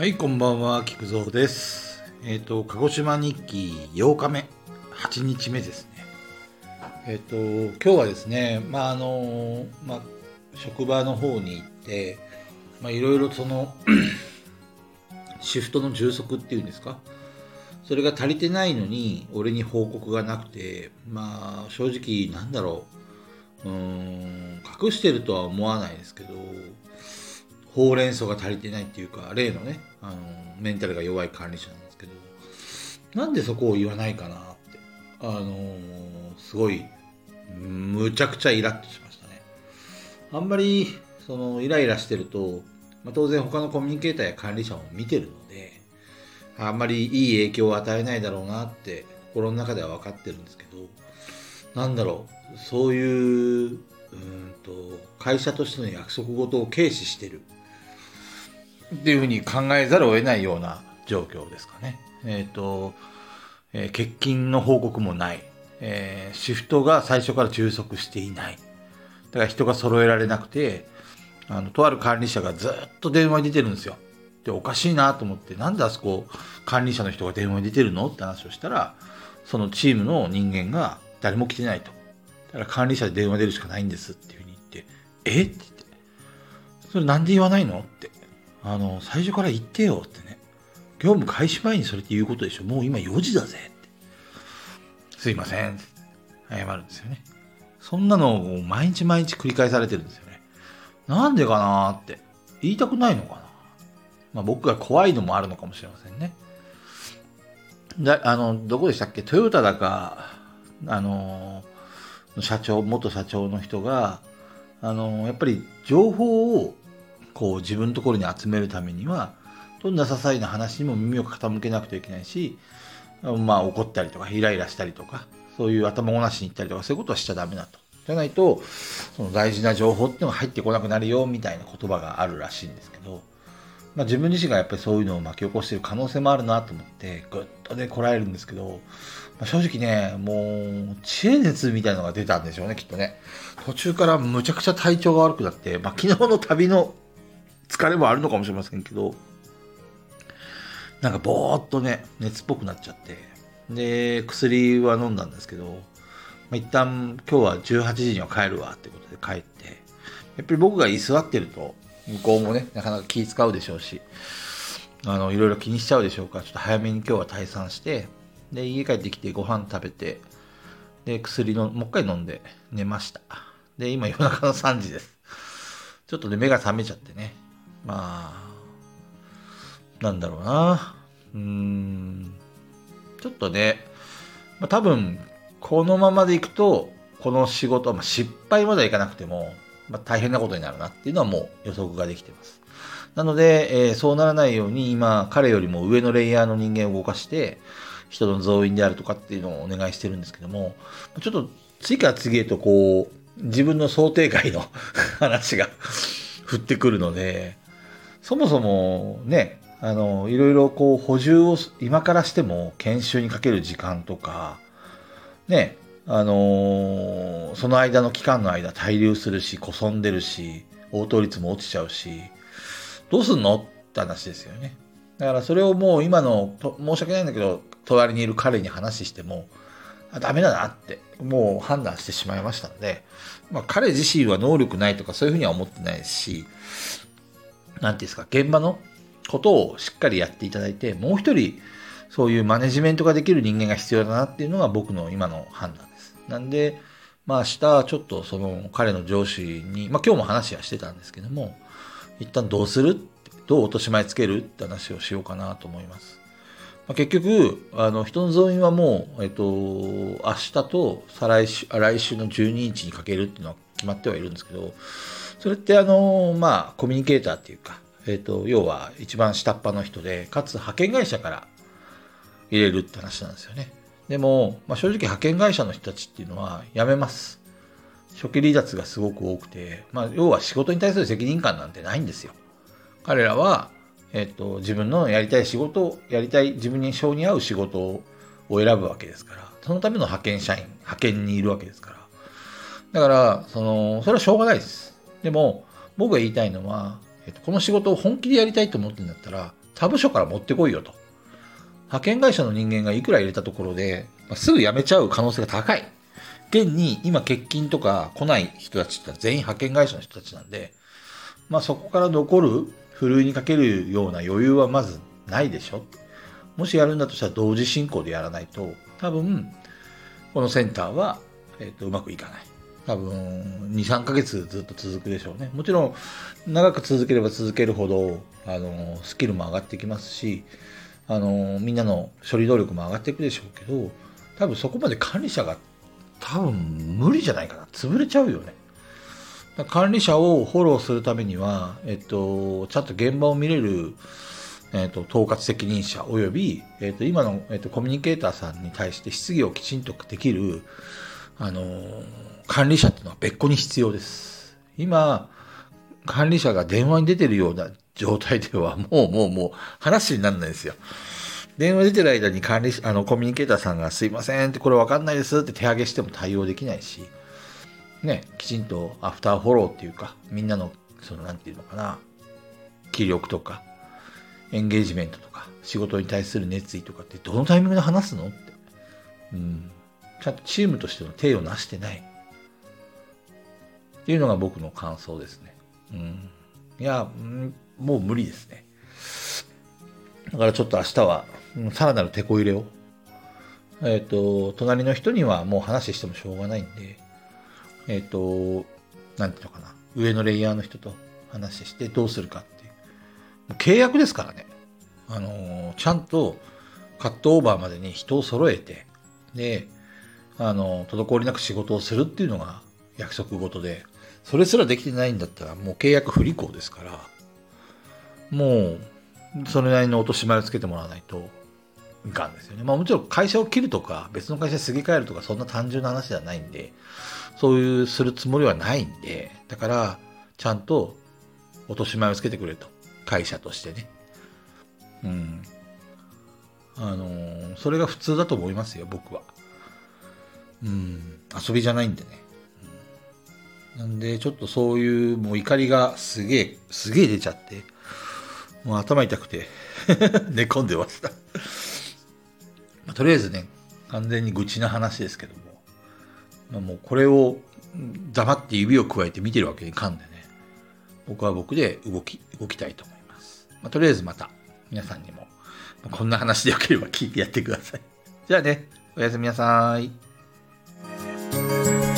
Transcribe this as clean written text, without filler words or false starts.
はい、こんばんは、菊蔵です。鹿児島日記8日目、8日目ですね。今日はですね、職場の方に行って、いろいろシフトの充足っていうんですか、それが足りてないのに、俺に報告がなくて、正直、隠してるとは思わないですけど、ほうれん草が足りてないっていうか、例のね、メンタルが弱い管理者なんですけど、なんでそこを言わないかなって、すごい、むちゃくちゃイラッとしましたね。あんまり、イライラしてると、当然他のコミュニケーターや管理者も見てるので、あんまりいい影響を与えないだろうなって、心の中では分かってるんですけど、そういう、会社としての約束事を軽視してるっていうふうに考えざるを得ないような状況ですかね。欠勤の報告もない。シフトが最初から充足していない。だから人が揃えられなくて、とある管理者がずっと電話に出てるんですよ。で、おかしいなと思って、なんであそこ管理者の人が電話に出てるのって話をしたら、そのチームの人間が誰も来てないと。だから管理者で電話出るしかないんですっていうふうに言って、えって言って、それなんで言わないのって。最初から言ってよってね。業務開始前にそれって言うことでしょ。もう今4時だぜって。すいません。謝るんですよね。そんなのを毎日毎日繰り返されてるんですよね。なんでかなーって言いたくないのかな。僕が怖いのもあるのかもしれませんね。どこでしたっけ、トヨタだか、元社長の人が、やっぱり情報を自分のところに集めるためには、どんな些細な話にも耳を傾けなくてはいけないし、怒ったりとか、イライラしたりとか、そういう頭ごなしに行ったりとか、そういうことはしちゃダメだと。じゃないと、その大事な情報っていうのが入ってこなくなるよ、みたいな言葉があるらしいんですけど、自分自身がやっぱりそういうのを巻き起こしている可能性もあるなと思って、ぐっとね、こらえるんですけど、正直ね、もう、知恵熱みたいなのが出たんでしょうね、きっとね。途中からむちゃくちゃ体調が悪くなって、昨日の旅の疲れもあるのかもしれませんけど、ぼーっとね、熱っぽくなっちゃって、で、薬は飲んだんですけど、一旦今日は18時には帰るわってことで帰って、やっぱり僕が居座ってると、向こうもね、なかなか気使うでしょうし、いろいろ気にしちゃうでしょうから、ちょっと早めに今日は退散して、で、家帰ってきてご飯食べて、で、もう一回飲んで寝ました。で、今夜中の3時です。ちょっとね、目が覚めちゃってね。なんだろうな。ちょっとね、多分、このままでいくと、この仕事、失敗まではいかなくても、大変なことになるなっていうのはもう予測ができてます。なので、そうならないように今、彼よりも上のレイヤーの人間を動かして、人の増員であるとかっていうのをお願いしてるんですけども、ちょっと次から次へと自分の想定外の話が降ってくるので、そもそもね、いろいろ補充を今からしても研修にかける時間とか、ね、その間の期間の間滞留するし、こそんでるし、応答率も落ちちゃうし、どうすんのって話ですよね。だからそれをもう今の、申し訳ないんだけど、隣にいる彼に話しても、ダメだなって、もう判断してしまいましたので、彼自身は能力ないとかそういうふうには思ってないですし、なんていうんですか、現場のことをしっかりやっていただいて、もう一人、そういうマネジメントができる人間が必要だなっていうのが僕の今の判断です。なんで、明日ちょっとその彼の上司に、今日も話はしてたんですけども、一旦どうする？どう落とし前つけるって話をしようかなと思います。結局、人の増員はもう、明日と来週の12日にかけるっていうのは決まってはいるんですけど、それってコミュニケーターっていうか、要は一番下っ端の人で、かつ派遣会社から入れるって話なんですよね。でも、正直派遣会社の人たちっていうのは辞めます。初期離脱がすごく多くて、要は仕事に対する責任感なんてないんですよ。彼らは、自分のやりたい仕事、自分に性に合う仕事を選ぶわけですから、そのための派遣にいるわけですから。だから、それはしょうがないです。でも、僕が言いたいのは、この仕事を本気でやりたいと思ってるんだったら、 他部署から持ってこいよと。派遣会社の人間がいくら入れたところで、すぐ辞めちゃう可能性が高い。現に今欠勤とか来ない人たちって全員派遣会社の人たちなんで、そこから残るふるいにかけるような余裕はまずないでしょ。もしやるんだとしたら同時進行でやらないと、多分このセンターは、うまくいかない。多分2、3ヶ月ずっと続くでしょうね。もちろん長く続ければ続けるほどスキルも上がってきますし、みんなの処理能力も上がっていくでしょうけど、多分そこまで管理者が多分無理じゃないかな。潰れちゃうよね。管理者をフォローするためには、ちゃんと現場を見れる、統括責任者および、今の、コミュニケーターさんに対して質疑をきちんとできる、管理者っていうのは別個に必要です。今、管理者が電話に出てるような状態ではもう話にならないですよ。電話出てる間にコミュニケーターさんがすいませんってこれわかんないですって手上げしても対応できないし、ね、きちんとアフターフォローっていうか、みんなの、なんていうのかな、気力とか、エンゲージメントとか、仕事に対する熱意とかってどのタイミングで話すのって。ちゃんとチームとしての体をなしてない。っていうのが僕の感想ですね。いや、もう無理ですね。だからちょっと明日は、さらなるテこ入れを、隣の人にはもう話してもしょうがないんで、なんていうのかな、上のレイヤーの人と話してどうするかっていう。もう契約ですからね。ちゃんとカットオーバーまでに人を揃えて、で、滞りなく仕事をするっていうのが約束事で、それすらできてないんだったらもう契約不履行ですから、もう、それなりの落とし前をつけてもらわないといかんですよね。もちろん会社を切るとか、別の会社にすぎ替えるとか、そんな単純な話ではないんで、そういうするつもりはないんで、だから、ちゃんと落とし前をつけてくれと。会社としてね。それが普通だと思いますよ、僕は。遊びじゃないんでね。なんで、ちょっとそういう、もう怒りがすげえ出ちゃって、もう頭痛くて寝込んでましたとりあえずね、完全に愚痴な話ですけども、もうこれを黙って指を加えて見てるわけにいかんでね、僕は僕で動きたいと思います。とりあえずまた皆さんにもこんな話でよければ聞いてやってください。じゃあね、おやすみなさい。